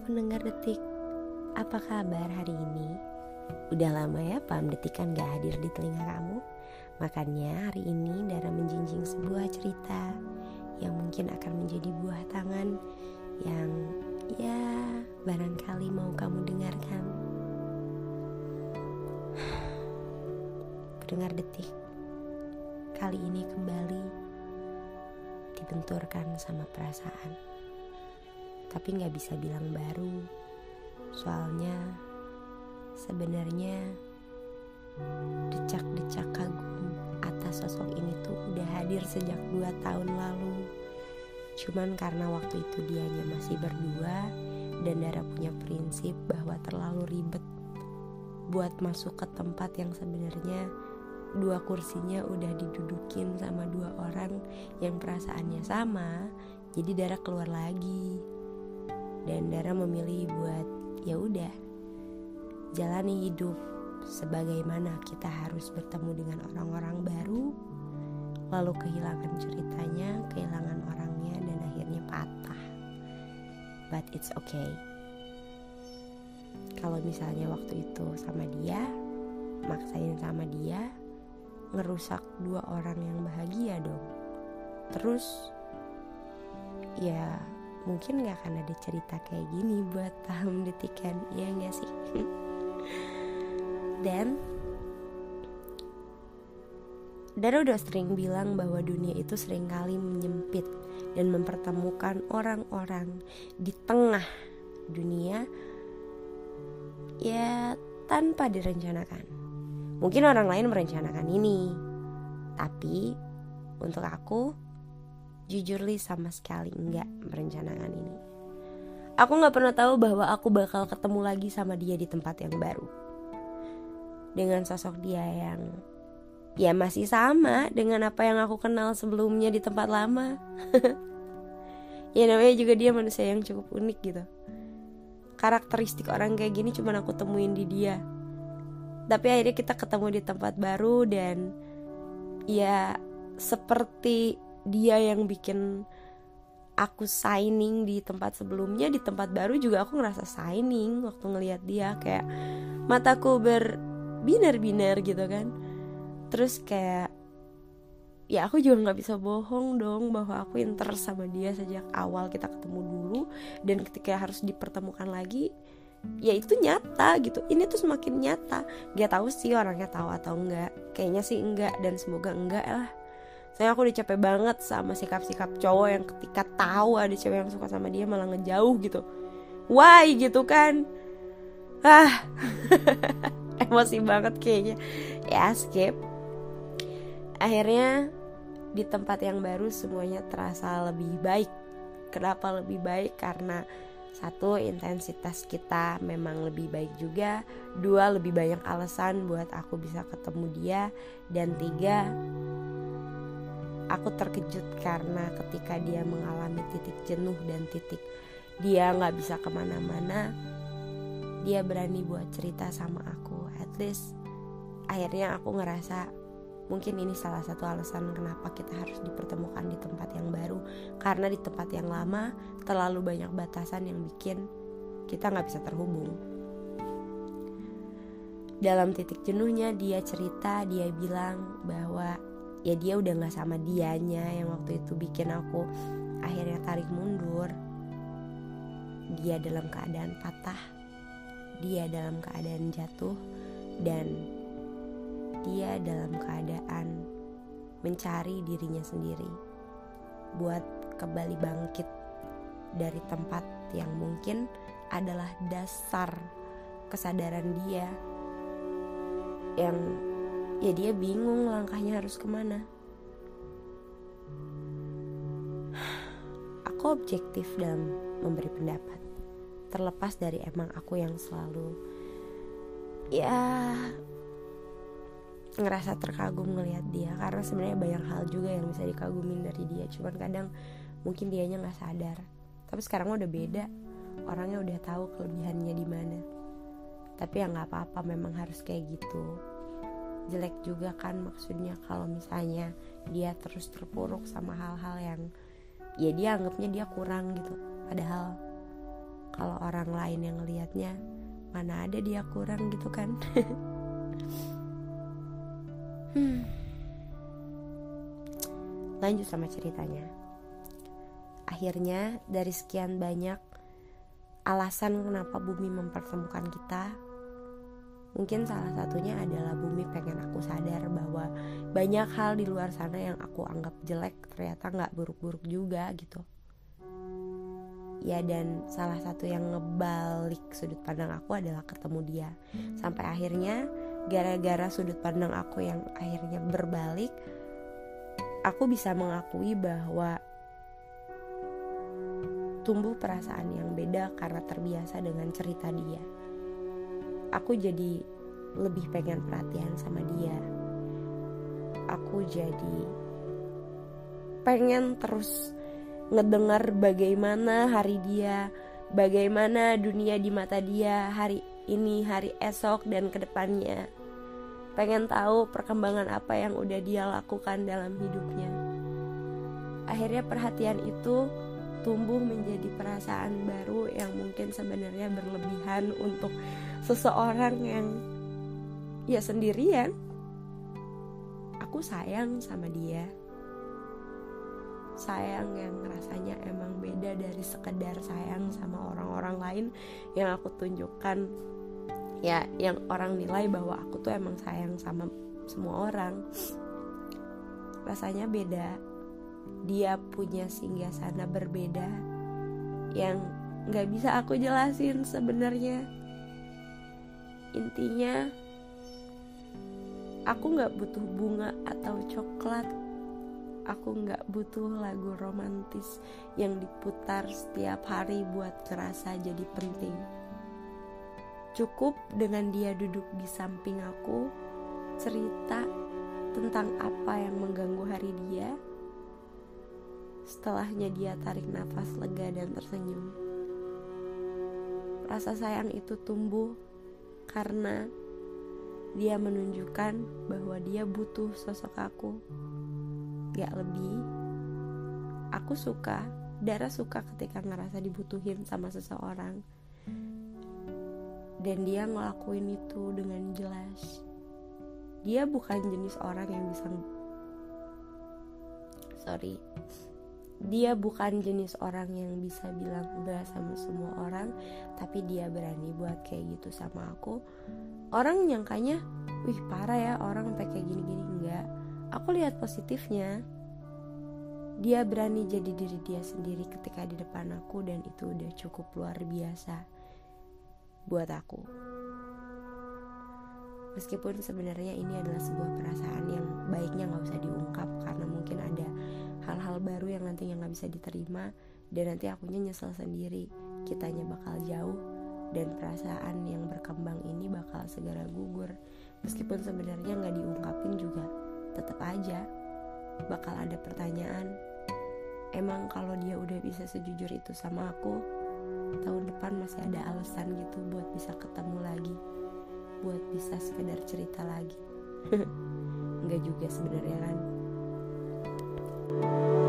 pendengar Detik, apa kabar hari ini? Udah lama ya Pam Detikan gak hadir di telinga kamu. Makanya hari ini Dara menjinjing sebuah cerita yang mungkin akan menjadi buah tangan yang ya barangkali mau kamu dengarkan. Pendengar Detik, kali ini kembali dibenturkan sama perasaan. Tapi gak bisa bilang baru, soalnya sebenarnya decak-decak kagum atas sosok ini tuh udah hadir sejak 2 tahun lalu. Cuman karena waktu itu dianya masih berdua dan Dara punya prinsip bahwa terlalu ribet buat masuk ke tempat yang sebenarnya 2 kursinya udah didudukin sama 2 orang yang perasaannya sama. Jadi Dara keluar lagi. Dan Dara memilih buat ya udah jalani hidup sebagaimana kita harus bertemu dengan orang-orang baru, lalu kehilangan ceritanya, kehilangan orangnya, dan akhirnya patah. But it's okay. Kalau misalnya waktu itu sama dia, maksain sama dia, ngerusak 2 orang yang bahagia dong. Terus ya mungkin gak akan ada cerita kayak gini buat Paham Detikan, iya gak sih? Dan Dara udah sering bilang bahwa dunia itu seringkali menyempit dan mempertemukan orang-orang di tengah dunia ya tanpa direncanakan. Mungkin orang lain merencanakan ini, tapi untuk aku jujur li sama sekali enggak merencanakan ini. Aku gak pernah tahu bahwa aku bakal ketemu lagi sama dia di tempat yang baru, dengan sosok dia yang ya masih sama dengan apa yang aku kenal sebelumnya di tempat lama. Ya namanya juga dia manusia yang cukup unik gitu. Karakteristik orang kayak gini cuma aku temuin di dia. Tapi akhirnya kita ketemu di tempat baru dan ya seperti dia yang bikin aku shining di tempat sebelumnya, di tempat baru juga aku ngerasa shining waktu ngelihat dia, kayak mataku berbinar-binar gitu kan. Terus kayak ya aku juga gak bisa bohong dong bahwa aku interest sama dia sejak awal kita ketemu dulu. Dan ketika harus dipertemukan lagi, ya itu nyata gitu. Ini tuh semakin nyata. Gak tahu sih orangnya tahu atau enggak. Kayaknya sih enggak, dan semoga enggak lah. Saya aku udah capek banget sama sikap-sikap cowok yang ketika tahu ada cewek yang suka sama dia malah ngejauh gitu. Why gitu kan? Emosi banget kayaknya. Ya skip. Akhirnya di tempat yang baru semuanya terasa lebih baik. Kenapa lebih baik? Karena 1, intensitas kita memang lebih baik juga. 2, lebih banyak alasan buat aku bisa ketemu dia. Dan 3, aku terkejut karena ketika dia mengalami titik jenuh dan titik dia gak bisa kemana-mana, dia berani buat cerita sama aku. At least akhirnya aku ngerasa mungkin ini salah satu alasan kenapa kita harus dipertemukan di tempat yang baru. Karena di tempat yang lama terlalu banyak batasan yang bikin kita gak bisa terhubung. Dalam titik jenuhnya dia cerita, dia bilang bahwa ya dia udah gak sama dianya yang waktu itu bikin aku akhirnya tarik mundur. Dia dalam keadaan patah, dia dalam keadaan jatuh, dan dia dalam keadaan mencari dirinya sendiri buat kembali bangkit dari tempat yang mungkin adalah dasar kesadaran dia, yang ya dia bingung langkahnya harus kemana. Aku objektif dalam memberi pendapat, terlepas dari emang aku yang selalu ya ngerasa terkagum ngelihat dia. Karena sebenarnya banyak hal juga yang bisa dikagumin dari dia, cuman kadang mungkin dianya nggak sadar. Tapi sekarang udah beda, orangnya udah tahu kelebihannya di mana. Tapi ya nggak apa-apa, memang harus kayak gitu. Jelek juga kan maksudnya kalau misalnya dia terus terpuruk sama hal-hal yang ya dia anggapnya dia kurang gitu. Padahal kalau orang lain yang ngelihatnya, mana ada dia kurang gitu kan. Lanjut sama ceritanya. Akhirnya dari sekian banyak alasan kenapa bumi mempertemukan kita, mungkin salah satunya adalah bumi pengen aku sadar bahwa banyak hal di luar sana yang aku anggap jelek ternyata gak buruk-buruk juga gitu. Ya, dan salah satu yang ngebalik sudut pandang aku adalah ketemu dia. Sampai akhirnya gara-gara sudut pandang aku yang akhirnya berbalik, aku bisa mengakui bahwa tumbuh perasaan yang beda karena terbiasa dengan cerita dia. Aku jadi lebih pengen perhatian sama dia. Aku jadi pengen terus ngedengar bagaimana hari dia, bagaimana dunia di mata dia hari ini, hari esok, dan kedepannya. Pengen tahu perkembangan apa yang udah dia lakukan dalam hidupnya. Akhirnya perhatian itu tumbuh menjadi perasaan baru yang mungkin sebenarnya berlebihan untuk seseorang yang ya sendirian. Aku sayang sama dia. Sayang yang rasanya emang beda dari sekedar sayang sama orang-orang lain yang aku tunjukkan. Ya, yang orang nilai bahwa aku tuh emang sayang sama semua orang. Rasanya beda. Dia punya singgasana berbeda yang gak bisa aku jelasin sebenarnya. Intinya, aku gak butuh bunga atau coklat. Aku gak butuh lagu romantis yang diputar setiap hari buat kerasa jadi penting. Cukup dengan dia duduk di samping aku, cerita tentang apa yang mengganggu hari dia. Setelahnya dia tarik nafas lega dan tersenyum. Rasa sayang itu tumbuh karena dia menunjukkan bahwa dia butuh sosok aku. Gak lebih. Aku suka, Dara suka ketika ngerasa dibutuhin sama seseorang. Dan dia ngelakuin itu dengan jelas. Dia bukan jenis orang yang bisa Dia bukan jenis orang yang bisa bilang enggak sama semua orang, tapi dia berani buat kayak gitu sama aku. Orang nyangkanya, wih parah ya orang sampai kayak gini-gini. Enggak, aku lihat positifnya. Dia berani jadi diri dia sendiri ketika di depan aku, dan itu udah cukup luar biasa buat aku. Meskipun sebenarnya ini adalah sebuah perasaan yang baiknya gak usah diungkap, karena mungkin ada hal-hal baru yang nantinya gak bisa diterima, dan nanti akunya nyesel sendiri. Kitanya bakal jauh, dan perasaan yang berkembang ini bakal segera gugur. Meskipun sebenarnya gak diungkapin juga, tetap aja bakal ada pertanyaan. Emang kalau dia udah bisa sejujur itu sama aku, tahun depan masih ada alasan gitu buat bisa ketemu lagi, buat bisa sekedar cerita lagi. Enggak juga sebenarnya kan.